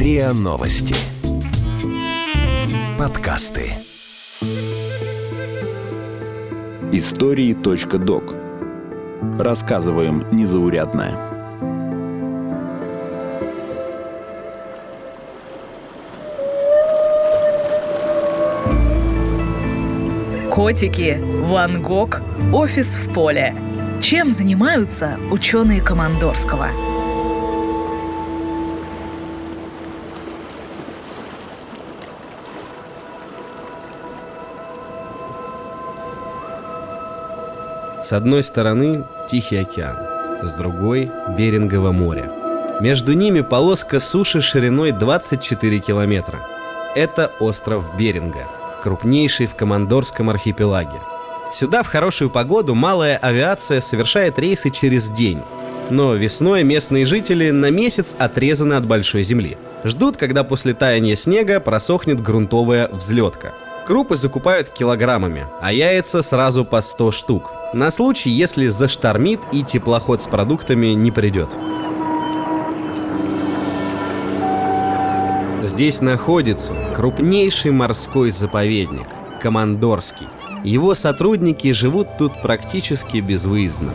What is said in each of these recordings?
РИА Новости. Подкасты. Истории.док. Рассказываем незаурядное. Котики, Ван Гог, офис в поле. Чем занимаются ученые Командорского? С одной стороны Тихий океан, с другой — Берингово море. Между ними полоска суши шириной 24 километра. Это остров Беринга, крупнейший в Командорском архипелаге. Сюда в хорошую погоду малая авиация совершает рейсы через день. Но весной местные жители на месяц отрезаны от большой земли. Ждут, когда после таяния снега просохнет грунтовая взлетка. Крупы закупают килограммами, а яйца сразу по 100 штук. На случай, если заштормит и теплоход с продуктами не придет. Здесь находится крупнейший морской заповедник – Командорский. Его сотрудники живут тут практически безвыездно.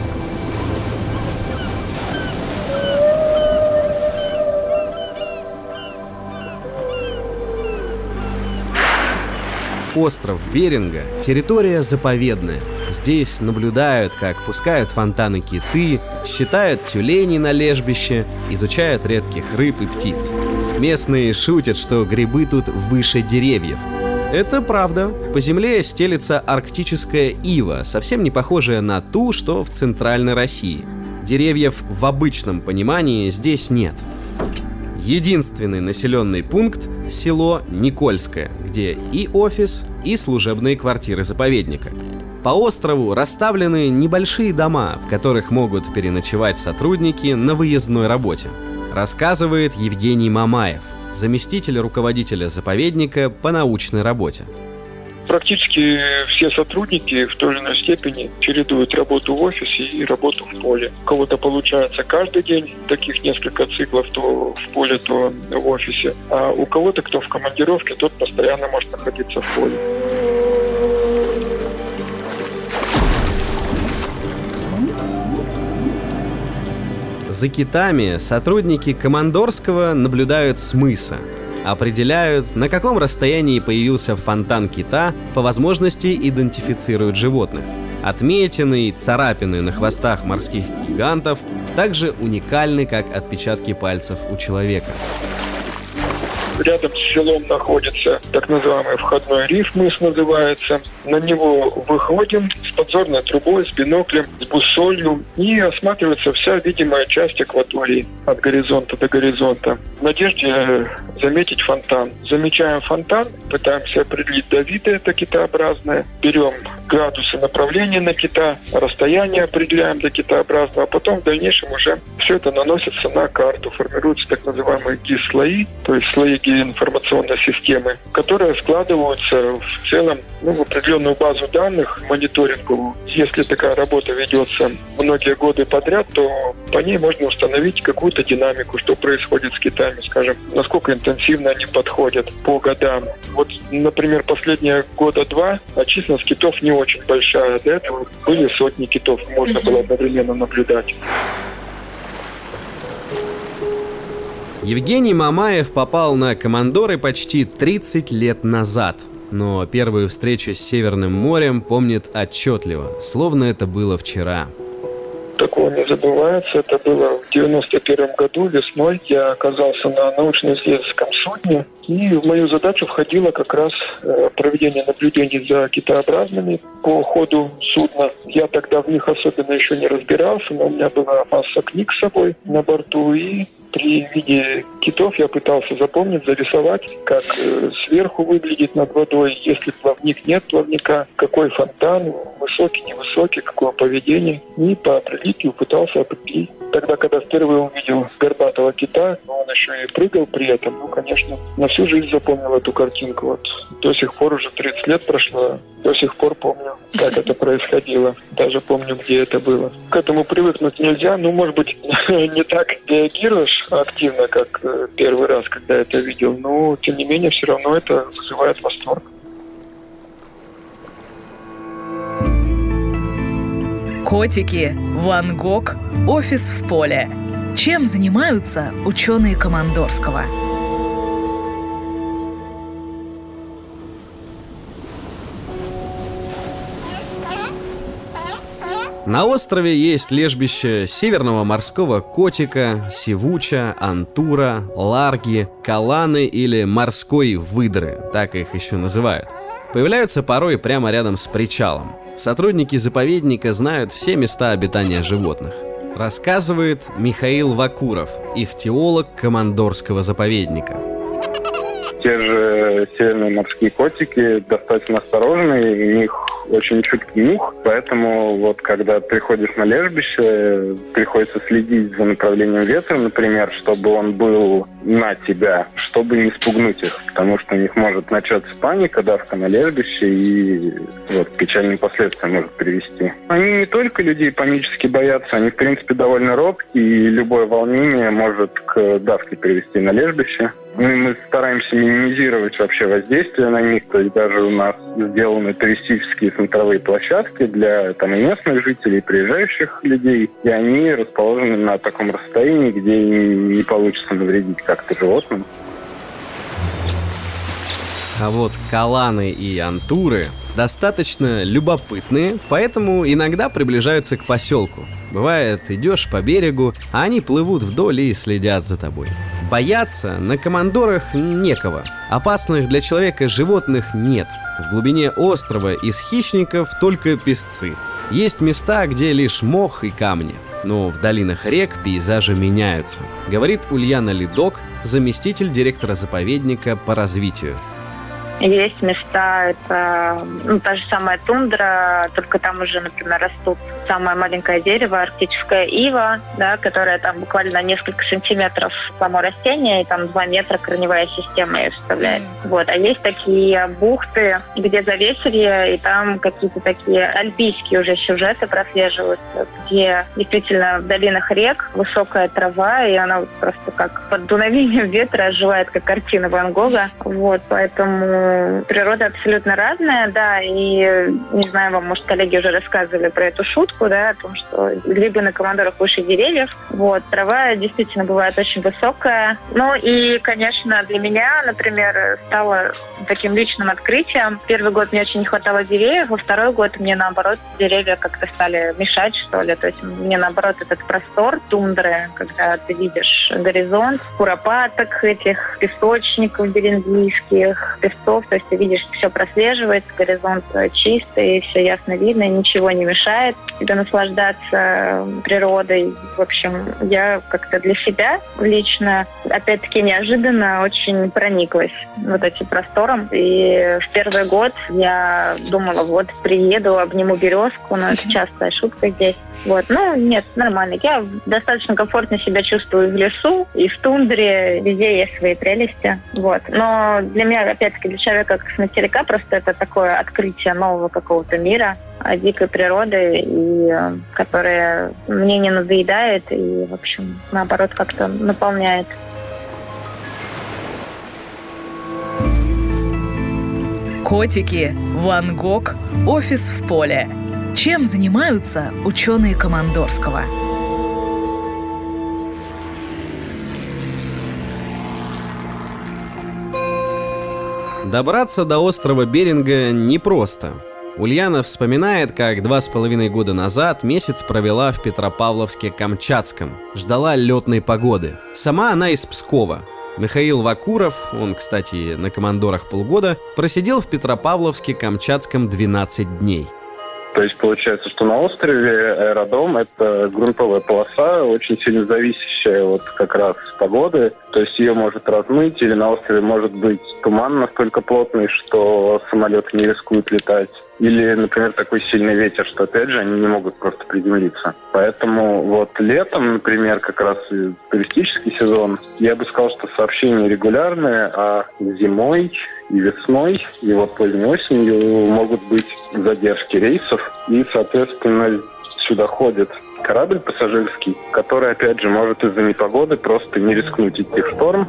Остров Беринга – территория заповедная. Здесь наблюдают, как пускают фонтаны киты, считают тюленей на лежбище, изучают редких рыб и птиц. Местные шутят, что грибы тут выше деревьев. Это правда. По земле стелется арктическая ива, совсем не похожая на ту, что в Центральной России. Деревьев в обычном понимании здесь нет. Единственный населенный пункт – село Никольское, где и офис, и служебные квартиры заповедника. По острову расставлены небольшие дома, в которых могут переночевать сотрудники на выездной работе. Рассказывает Евгений Мамаев, заместитель руководителя заповедника по научной работе. Практически все сотрудники в той или иной степени чередуют работу в офисе и работу в поле. У кого-то получается каждый день, таких несколько циклов, то в поле, то в офисе. А у кого-то, кто в командировке, тот постоянно может находиться в поле. За китами сотрудники Командорского наблюдают с мыса. Определяют, на каком расстоянии появился фонтан кита, по возможности идентифицируют животных. Отметины и царапины на хвостах морских гигантов также уникальны, как отпечатки пальцев у человека. Рядом с селом находится так называемый входной риф, мыс называется. На него выходим с подзорной трубой, с биноклем, с буссолью, и осматривается вся видимая часть акватории от горизонта до горизонта в надежде заметить фонтан. Замечаем фонтан, пытаемся определить давиды, это китообразное, берем градусы направления на кита, расстояние определяем до китообразного, а потом в дальнейшем уже все это наносится на карту, формируются так называемые GIS-слои, то есть слои информационной системы, которые складываются в целом в определенную базу данных мониторинговую. Если такая работа ведется многие годы подряд, то по ней можно установить какую-то динамику, что происходит с китами, скажем, насколько интенсивно они подходят по годам. Вот, например, последние года два численность китов не очень большая. До этого были сотни китов, можно было одновременно наблюдать. Евгений Мамаев попал на Командоры почти 30 лет назад, но первую встречу с Северным морем помнит отчетливо, словно это было вчера. Такого не забывается. Это было в 91 году, весной. Я оказался на научно-исследовательском судне, и в мою задачу входило как раз проведение наблюдений за китообразными по ходу судна. Я тогда в них особенно еще не разбирался, но у меня была масса книг с собой на борту, и при виде китов я пытался запомнить, зарисовать, как сверху выглядит над водой, если плавник, нет плавника, какой фонтан, высокий, невысокий, какое поведение. И по определителю пытался определить. Тогда, когда впервые увидел горбатого кита, он он еще и прыгал при этом. Ну, конечно, на всю жизнь запомнил эту картинку. Вот до сих пор, уже 30 лет прошло, до сих пор помню, как это происходило. Даже помню, где это было. К этому привыкнуть нельзя. Ну, может быть, не так реагируешь активно, как первый раз, когда это видел. Но, тем не менее, все равно это вызывает восторг. Котики, Ван Гог, офис в поле. Чем занимаются ученые Командорского? На острове есть лежбище северного морского котика, сивуча, антура, ларги, каланы или морской выдры, так их еще называют. Появляются порой прямо рядом с причалом. Сотрудники заповедника знают все места обитания животных. Рассказывает Михаил Вакуров, ихтиолог Командорского заповедника. Те же северные морские котики достаточно осторожные, у них очень чуткий нюх, поэтому вот когда приходишь на лежбище, приходится следить за направлением ветра, например, чтобы он был на тебя, чтобы не спугнуть их, потому что у них может начаться паника, давка на лежбище, и вот печальные последствия может привести. Они не только людей панически боятся, они в принципе довольно робкие, и любое волнение может к давке привести на лежбище. Ну и мы стараемся минимизировать вообще воздействие на них, то есть даже у нас сделаны туристические смотровые площадки для там и местных жителей, и приезжающих людей, и они расположены на таком расстоянии, где не получится навредить как-то животным. А вот каланы и антуры достаточно любопытные, поэтому иногда приближаются к поселку. Бывает, идешь по берегу, а они плывут вдоль и следят за тобой. Бояться на командорах некого. Опасных для человека животных нет. В глубине острова из хищников только песцы. Есть места, где лишь мох и камни. Но в долинах рек пейзажи меняются, говорит Ульяна Ледок, заместитель директора заповедника по развитию. Есть места, это та же самая тундра, только там уже, например, растут самое маленькое дерево, арктическая ива, да, которая там буквально несколько сантиметров само растение, и там 2 метра корневая система ее составляет. Вот. А есть такие бухты, где заветрие, и там какие-то такие альпийские уже сюжеты прослеживаются, где действительно в долинах рек высокая трава, и она вот просто как под дуновением ветра оживает, как картина Ван Гога. Вот, поэтому природа абсолютно разная, да, и, не знаю, вам, может, коллеги уже рассказывали про эту шутку, да, о том, что грибы на командорах выше деревьев. Вот, трава действительно бывает очень высокая. Ну и, конечно, для меня, например, стало таким личным открытием. Первый год мне очень не хватало деревьев, во второй год мне, наоборот, деревья как-то стали мешать, что ли. То есть мне, наоборот, этот простор тундры, когда ты видишь горизонт, куропаток этих, песочников берингийских, песков, то есть ты видишь, все прослеживается, горизонт чистый, все ясно видно, ничего не мешает тебе наслаждаться природой. В общем, я как-то для себя лично, опять-таки неожиданно, очень прониклась вот этим простором. И в первый год я думала, вот приеду, обниму березку, но это частая шутка здесь. Вот. Ну, нет, нормально. Я достаточно комфортно себя чувствую в лесу, и в тундре, везде есть свои прелести. Вот. Но для меня, опять-таки, для человека как с материка, просто это такое открытие нового какого-то мира, дикой природы, и которая мне не надоедает, и, в общем, наоборот, как-то наполняет. Котики, Ван Гог, офис в поле. Чем занимаются ученые Командорского? Добраться до острова Беринга непросто. Ульяна вспоминает, как 2,5 года назад месяц провела в Петропавловске-Камчатском. Ждала летной погоды. Сама она из Пскова. Михаил Вакуров, он, кстати, на командорах полгода, просидел в Петропавловске-Камчатском 12 дней. То есть получается, что на острове аэродром – это грунтовая полоса, очень сильно зависящая от как раз погоды. То есть ее может размыть, или на острове может быть туман настолько плотный, что самолеты не рискуют летать. Или, например, такой сильный ветер, что, опять же, они не могут просто приземлиться. Поэтому вот летом, например, как раз и туристический сезон, я бы сказал, что сообщения регулярные, а зимой и весной, и вот поздней осенью могут быть задержки рейсов, и, соответственно, сюда ходит корабль пассажирский, который, опять же, может из-за непогоды просто не рискнуть идти в шторм.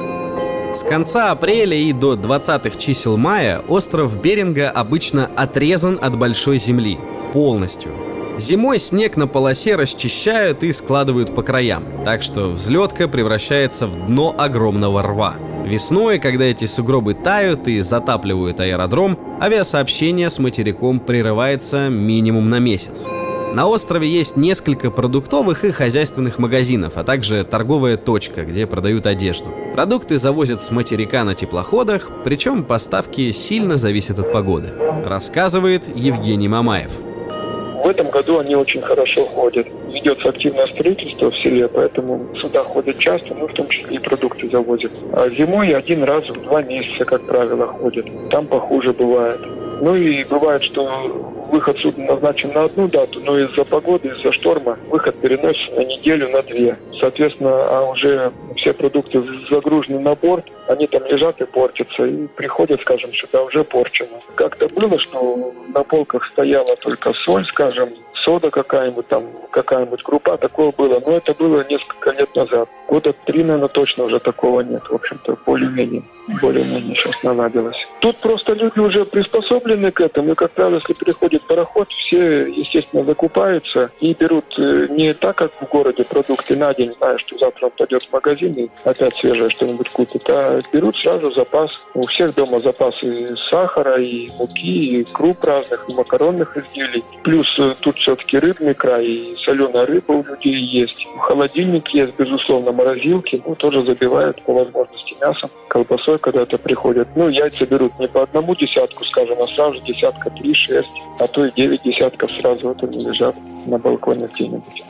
С конца апреля и до 20-х чисел мая остров Беринга обычно отрезан от большой земли полностью. Зимой снег на полосе расчищают и складывают по краям, так что взлетка превращается в дно огромного рва. Весной, когда эти сугробы тают и затапливают аэродром, авиасообщение с материком прерывается минимум на месяц. На острове есть несколько продуктовых и хозяйственных магазинов, а также торговая точка, где продают одежду. Продукты завозят с материка на теплоходах, причем поставки сильно зависят от погоды, рассказывает Евгений Мамаев. В этом году они очень хорошо ходят. Ведется активное строительство в селе, поэтому сюда ходят часто, в том числе и продукты завозят. А зимой один раз в 2 месяца, как правило, ходят. Там похуже бывает. И бывает, что выход судна назначен на одну дату, но из-за погоды, из-за шторма выход переносится на неделю, на 2. Соответственно, а уже все продукты загружены на борт, они там лежат и портятся, и приходят, скажем, сюда уже порчено. Как-то было, что на полках стояла только соль, скажем, сода какая-нибудь крупа, такое было. Но это было несколько лет назад. Года 3, наверное, точно уже такого нет. В общем-то, более-менее сейчас наладилось. Тут просто люди уже приспособлены к этому, и, как правило, если приходит пароход, все, естественно, закупаются и берут не так, как в городе, продукты на день, зная, что завтра он пойдет в магазин и опять свежее что-нибудь купит, а берут сразу запас. У всех дома запасы сахара, и муки, и круп разных, и макаронных изделий. Плюс тут все-таки рыбный край, и соленая рыба у людей есть. Холодильник есть, безусловно, морозилки, тоже забивают по возможности мясом, колбасой, когда это приходят. Яйца берут не по одному десятку, скажем, а сразу десятка 3-6, а то и 9 десятков сразу вот они лежат на балконе где-нибудь.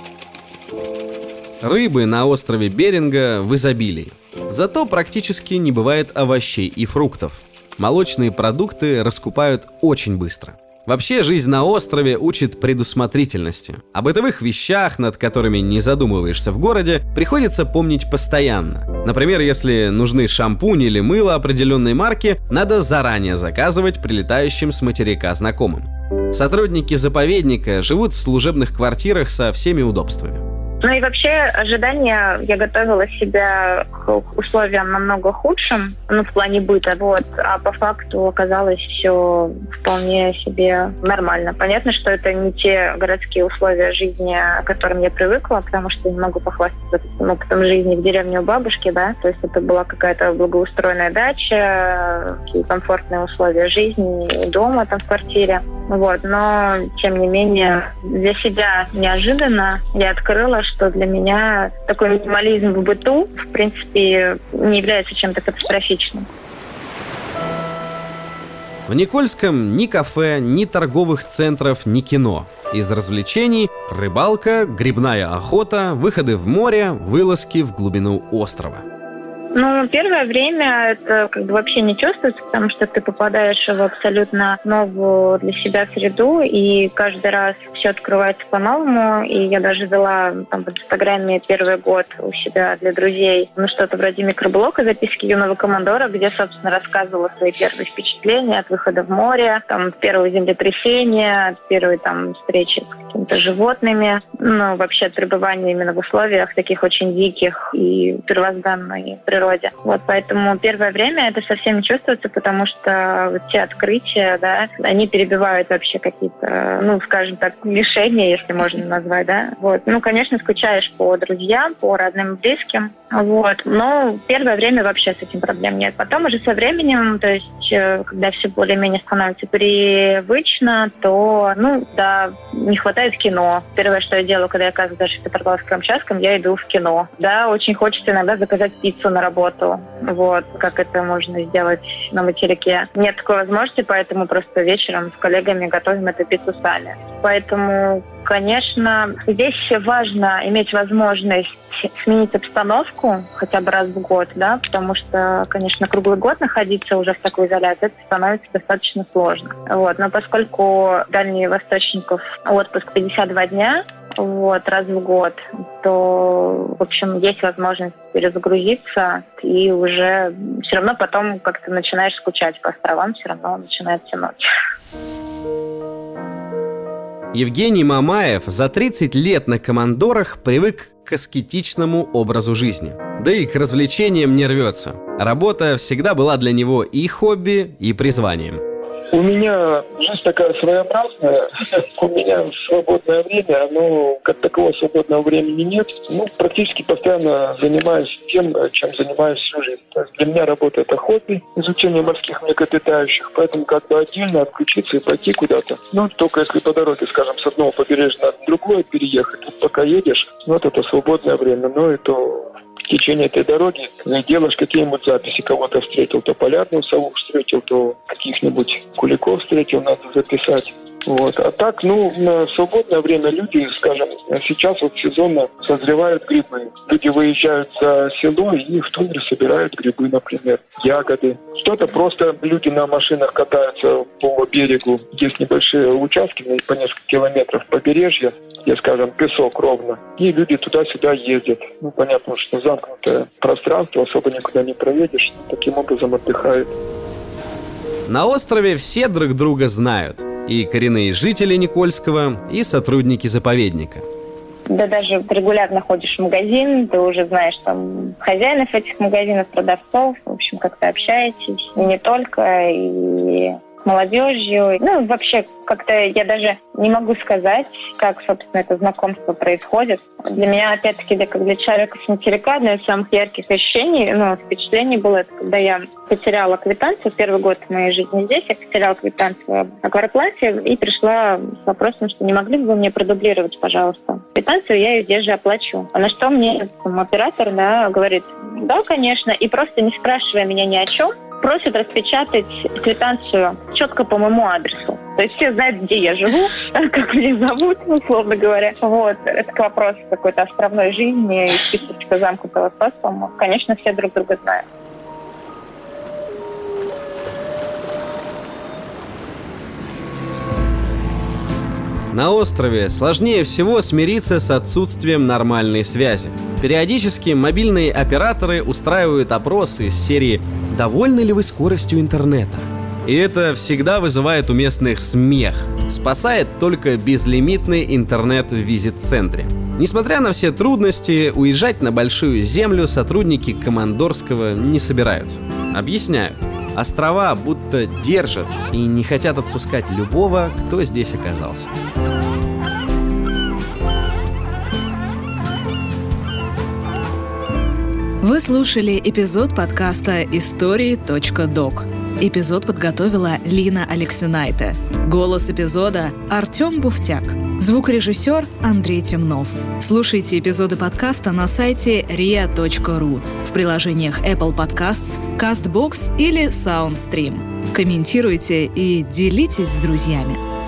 Рыбы на острове Беринга в изобилии. Зато практически не бывает овощей и фруктов. Молочные продукты раскупают очень быстро. Вообще, жизнь на острове учит предусмотрительности. О бытовых вещах, над которыми не задумываешься в городе, приходится помнить постоянно. Например, если нужны шампунь или мыло определенной марки, надо заранее заказывать прилетающим с материка знакомым. Сотрудники заповедника живут в служебных квартирах со всеми удобствами. И вообще ожидания, я готовила себя к условиям намного худшим, в плане быта, а по факту оказалось все вполне себе нормально. Понятно, что это не те городские условия жизни, к которым я привыкла, потому что я не могу похвастаться опытом жизни в деревне у бабушки, да, то есть это была какая-то благоустроенная дача, такие комфортные условия жизни и дома там в квартире, но тем не менее для себя неожиданно я открыла, что для меня такой минимализм в быту, в принципе, не является чем-то катастрофичным. В Никольском ни кафе, ни торговых центров, ни кино. Из развлечений – рыбалка, грибная охота, выходы в море, вылазки в глубину острова. Первое время это вообще не чувствуется, потому что ты попадаешь в абсолютно новую для себя среду, и каждый раз все открывается по-новому. И я даже вела в Инстаграме первый год у себя для друзей что-то вроде микроблога «Записки юного командора», где, собственно, рассказывала свои первые впечатления от выхода в море, первые землетрясения, от первой встречи с какими-то животными, вообще от пребывания именно в условиях таких очень диких и первозданной природе. Поэтому первое время это совсем не чувствуется, потому что те открытия, да, они перебивают вообще какие-то, скажем так, лишения, если можно назвать, да. Конечно, скучаешь по друзьям, по родным и близким, но первое время вообще с этим проблем нет. Потом уже со временем, то есть, когда все более-менее становится привычно, то, да, не хватает кино. Первое, что я делаю, когда я оказываюсь даже в Петропавловске-Камчатском, я иду в кино. Да, очень хочется иногда заказать пиццу на работу. Как это можно сделать на материке. Нет такой возможности, поэтому просто вечером с коллегами готовим эту пиццу сами. Поэтому Конечно, здесь важно иметь возможность сменить обстановку хотя бы раз в год, да, потому что, конечно, круглый год находиться уже в такой изоляции, это становится достаточно сложно. Вот. Но поскольку дальневосточников отпуск 52 дня, раз в год, то, в общем, есть возможность перезагрузиться, и уже все равно потом как-то начинаешь скучать по островам, все равно начинается ночь. Евгений Мамаев за 30 лет на командорах привык к аскетичному образу жизни. Да и к развлечениям не рвется. Работа всегда была для него и хобби, и призванием. У меня жизнь такая своеобразная. У меня свободное время, оно как такового свободного времени нет. Практически постоянно занимаюсь тем, чем занимаюсь всю жизнь. То есть для меня работа — это хобби, изучение морских млекопитающих, поэтому как бы отдельно отключиться и пойти куда-то. Только если по дороге, скажем, с одного побережья на другое переехать, пока едешь, это свободное время. Но это в течение этой дороги делаешь какие-нибудь записи. Кого-то встретил, то полярную сову встретил, то каких-нибудь куликов встретил, надо записать. А так, на свободное время люди, скажем, сейчас сезонно созревают грибы. Люди выезжают за село и в тундре собирают грибы, например, ягоды. Что-то просто люди на машинах катаются по берегу. Есть небольшие участки по несколько километров побережья, где, скажем, песок ровно. И люди туда-сюда ездят. Понятно, что замкнутое пространство, особо никуда не проедешь. Таким образом отдыхают. На острове все друг друга знают. И коренные жители Никольского, и сотрудники заповедника. Да даже регулярно ходишь в магазин, ты уже знаешь там хозяинов этих магазинов, продавцов, в общем, как-то общаетесь. И не только, и с молодежью. Вообще, как-то я даже не могу сказать, как, собственно, это знакомство происходит. Для меня, опять-таки, как для человека с материка, одно из самых ярких ощущений, впечатлений было, это когда я потеряла квитанцию. Первый год моей жизни здесь я потеряла квитанцию об аквароплате и пришла с вопросом, что не могли бы вы мне продублировать, пожалуйста, квитанцию, я ее здесь же оплачу. А на что мне оператор, говорит, да, конечно, и просто не спрашивая меня ни о чем, просит распечатать квитанцию четко по моему адресу. То есть все знают, где я живу, как меня зовут, условно говоря. Это к вопросу какой-то островной жизни и специфика замкнутого социума. Конечно, все друг друга знают. На острове сложнее всего смириться с отсутствием нормальной связи. Периодически мобильные операторы устраивают опросы из серии «Довольны ли вы скоростью интернета?». И это всегда вызывает у местных смех. Спасает только безлимитный интернет в визит-центре. Несмотря на все трудности, уезжать на Большую Землю сотрудники Командорского не собираются. Объясняют. Острова будто держат и не хотят отпускать любого, кто здесь оказался. Вы слушали эпизод подкаста «Истории.док». Эпизод подготовила Лина Алексюнайте. Голос эпизода – Артем Буфтяк. Звукорежиссер – Андрей Темнов. Слушайте эпизоды подкаста на сайте ria.ru, в приложениях Apple Podcasts, CastBox или SoundStream. Комментируйте и делитесь с друзьями.